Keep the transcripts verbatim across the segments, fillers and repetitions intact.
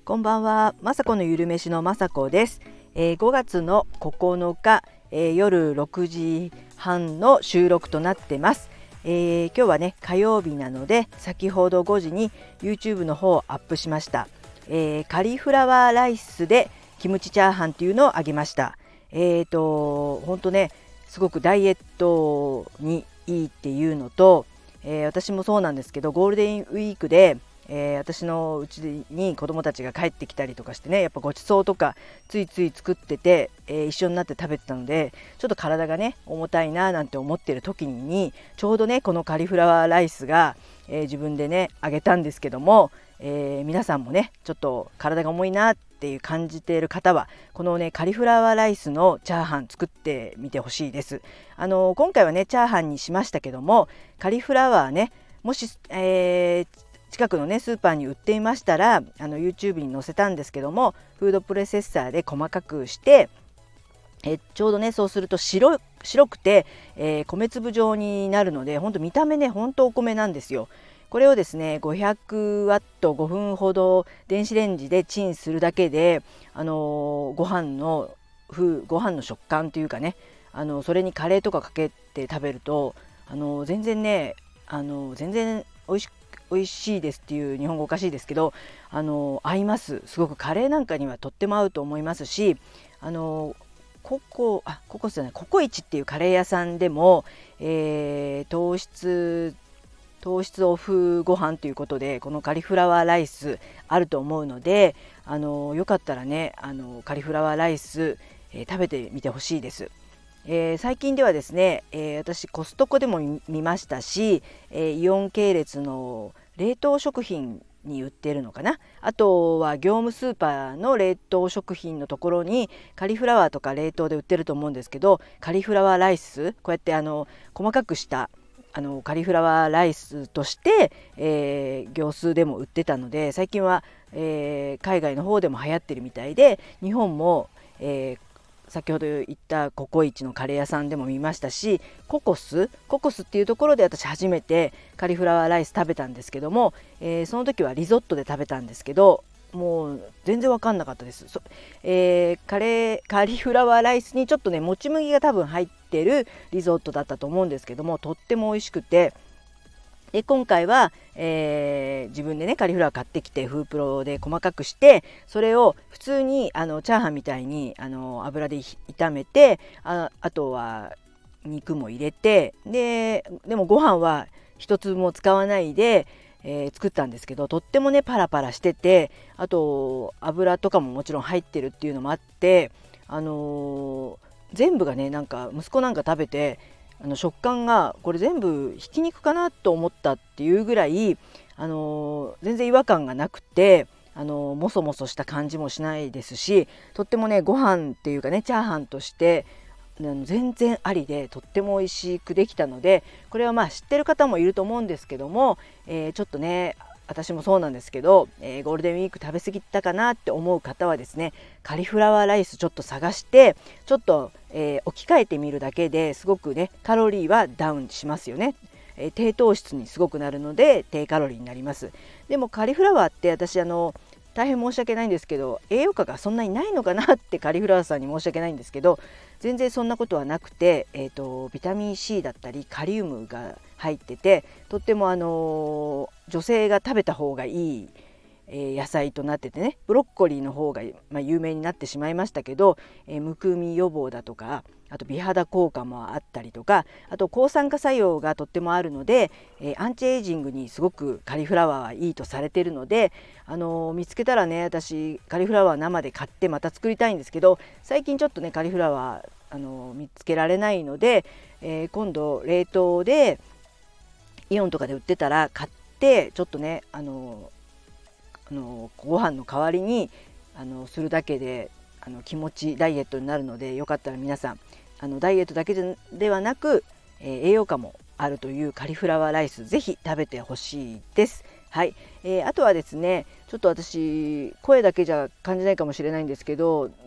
こんばんは、まさこのゆるめしのまさこです。えー、ごがつのここのか、えー、夜ろくじはんの収録となってます。えー、今日はね火曜日なので、先ほどごじに YouTube の方をアップしました。えー、カリフラワーライスでキムチチャーハンっていうのをあげました。えーと本当ね、すごくダイエットにいいっていうのと、えー、私もそうなんですけど、ゴールデンウィークでえー、私のうちに子供たちが帰ってきたりとかしてね、やっぱごちそうとかついつい作ってて、えー、一緒になって食べてたので、ちょっと体がね重たいななんて思ってる時に、ちょうどねこのカリフラワーライスが、えー、自分でねあげたんですけども、えー、皆さんもねちょっと体が重いなっていう感じている方は、このねカリフラワーライスのチャーハン作ってみてほしいです。あの今回はねチャーハンにしましたけども、カリフラワーね、もし、えー近くのねスーパーに売っていましたら、あの YouTube に載せたんですけども、フードプロセッサーで細かくして、えちょうどねそうすると白白くて、えー、米粒状になるので、ほんと見た目ねほんとお米なんですよ。これをですねごひゃくワットごふんほど電子レンジでチンするだけで、あのー、ご飯の風ご飯の食感というかね、あのそれにカレーとかかけて食べると、あのー、全然ね、あのー、全然美味しく美味しいですっていう日本語おかしいですけど、あの合います。すごくカレーなんかにはとっても合うと思いますし、あのココあココスじゃないココイチっていうカレー屋さんでも、えー、糖質糖質オフご飯ということで、このカリフラワーライスあると思うので、あのよかったらね、あのカリフラワーライス、えー、食べてみてほしいです。えー、最近ではですね、えー、私コストコでも見ましたし、えー、イオン系列の冷凍食品に売ってるのかな、あとは業務スーパーの冷凍食品のところにカリフラワーとか冷凍で売ってると思うんですけど、カリフラワーライス、こうやってあの細かくしたあのカリフラワーライスとして、えー、業数でも売ってたので、最近は、えー、海外の方でも流行ってるみたいで、日本も、えー先ほど言ったココイチのカレー屋さんでも見ましたし、ココスココスっていうところで私初めてカリフラワーライス食べたんですけども、えー、その時はリゾットで食べたんですけど、もう全然分かんなかったです。えー、カレーカリフラワーライスにちょっとねもち麦が多分入ってるリゾットだったと思うんですけども、とっても美味しくて、で今回は、えー、自分でねカリフラワー買ってきてフープロで細かくして、それを普通にあのチャーハンみたいにあの油で炒めて、 あ, あとは肉も入れて、ででもご飯は一粒も使わないで、えー、作ったんですけど、とってもねパラパラしてて、あと油とかももちろん入ってるっていうのもあって、あのー全部がね、なんか息子なんか食べて、あの食感がこれ全部ひき肉かなと思ったっていうぐらい、あの全然違和感がなくて、あのもそもそした感じもしないですし、とってもねご飯っていうかねチャーハンとしてあの全然ありで、とっても美味しくできたので、これはまあ知ってる方もいると思うんですけども、えー、ちょっとね私もそうなんですけど、えー、ゴールデンウィーク食べ過ぎたかなって思う方はですね、カリフラワーライスちょっと探してちょっと、えー、置き換えてみるだけですごくねカロリーはダウンしますよね。えー、低糖質にすごくなるので低カロリーになります。でもカリフラワーって私あの大変申し訳ないんですけど、栄養価がそんなにないのかなってカリフラワーさんに申し訳ないんですけど、全然そんなことはなくて、えーと、ビタミン C だったりカリウムが入ってて、とってもあのー女性が食べた方がいい、えー野菜となっててね、ブロッコリーの方が、まあ、有名になってしまいましたけど、えーむくみ予防だとか、あと美肌効果もあったりとか、あと抗酸化作用がとってもあるので、えーアンチエイジングにすごくカリフラワーはいいとされているので、あのー見つけたらね、私カリフラワー生で買ってまた作りたいんですけど、最近ちょっとねカリフラワー、あのー見つけられないので、えー今度冷凍でイオンとかで売ってたら買って、ちょっとねあのあのご飯の代わりにあのするだけで、あの気持ちダイエットになるので、よかったら皆さんあのダイエットだけでではなく、えー栄養価もあるというカリフラワーライス、ぜひ食べてほしいです。はい、えーあとはですね、ちょっと私声だけじゃ感じないかもしれないんですけど、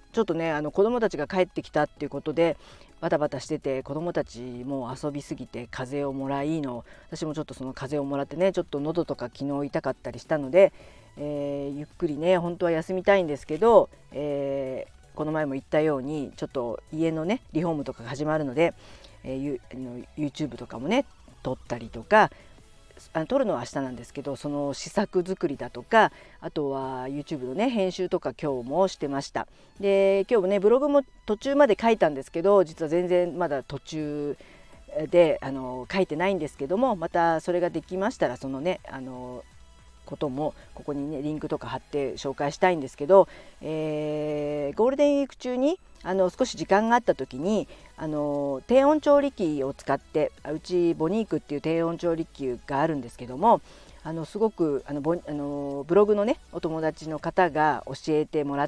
ちょっとねあの子どもたちが帰ってきたっていうことでバタバタしてて、子どもたちも遊びすぎて風邪をもらいの、私もちょっとその風邪をもらってねちょっと喉とか昨日痛かったりしたので、えー、ゆっくりね本当は休みたいんですけど、えー、この前も言ったようにちょっと家のねリフォームとかが始まるので、えー、YouTube とかもね撮ったりとか、あの撮るのは明日なんですけど、その試作作りだとか、あとは YouTube のね編集とか今日もしてました。で今日もねブログも途中まで書いたんですけど、実は全然まだ途中であの書いてないんですけども、またそれができましたらそのねあのこともここにねリンクとか貼って紹介したいんですけど、えー、ゴールデンウィーク中にあの少し時間があった時にあの低温調理器を使って、うちボニークっていう低温調理器があるんですけども、あのすごくあのボあのブログのねお友達の方が教えてもらって、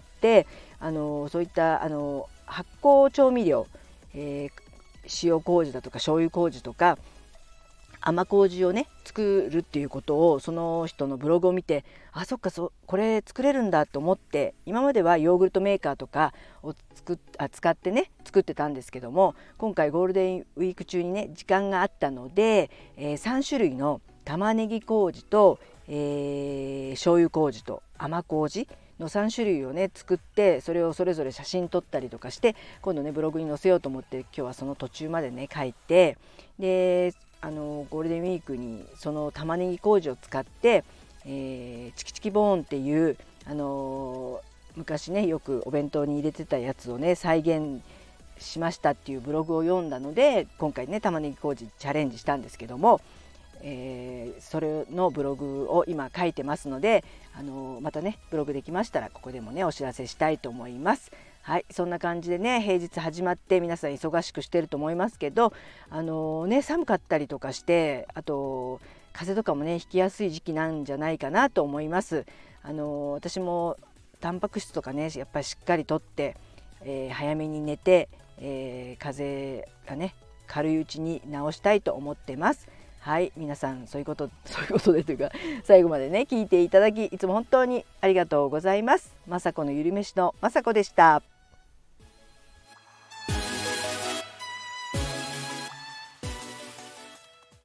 あのそういったあの発酵調味料、えー、塩麹だとか醤油麹とか甘麹をね作るっていうことをその人のブログを見て、あそっかそこれ作れるんだと思って、今まではヨーグルトメーカーとかを作っあ使ってね作ってたんですけども、今回ゴールデンウィーク中にね時間があったので、えー、さん種類の玉ねぎ麹と、えー、醤油麹と甘麹のさん種類をね作って、それをそれぞれ写真撮ったりとかして、今度ねブログに載せようと思って今日はその途中までね書いて、であのゴールデンウィークにその玉ねぎ麹を使って、えー、チキチキボーンっていう、あのー、昔ねよくお弁当に入れてたやつをね再現しましたっていうブログを読んだので、今回ね玉ねぎ麹チャレンジしたんですけども、えー、それのブログを今書いてますので、あのー、またねブログできましたらここでもねお知らせしたいと思います。はい、そんな感じでね平日始まって皆さん忙しくしてると思いますけど、あのー、ね寒かったりとかして、あと風邪とかもねひきやすい時期なんじゃないかなと思います。あのー、私もタンパク質とかねやっぱりしっかりとって、えー、早めに寝て、えー、風邪がね軽いうちに治したいと思ってます。はい、皆さんそういうことそういうことでというか最後までね聞いていただきいつも本当にありがとうございます。まさこのゆるめしのまさこでした。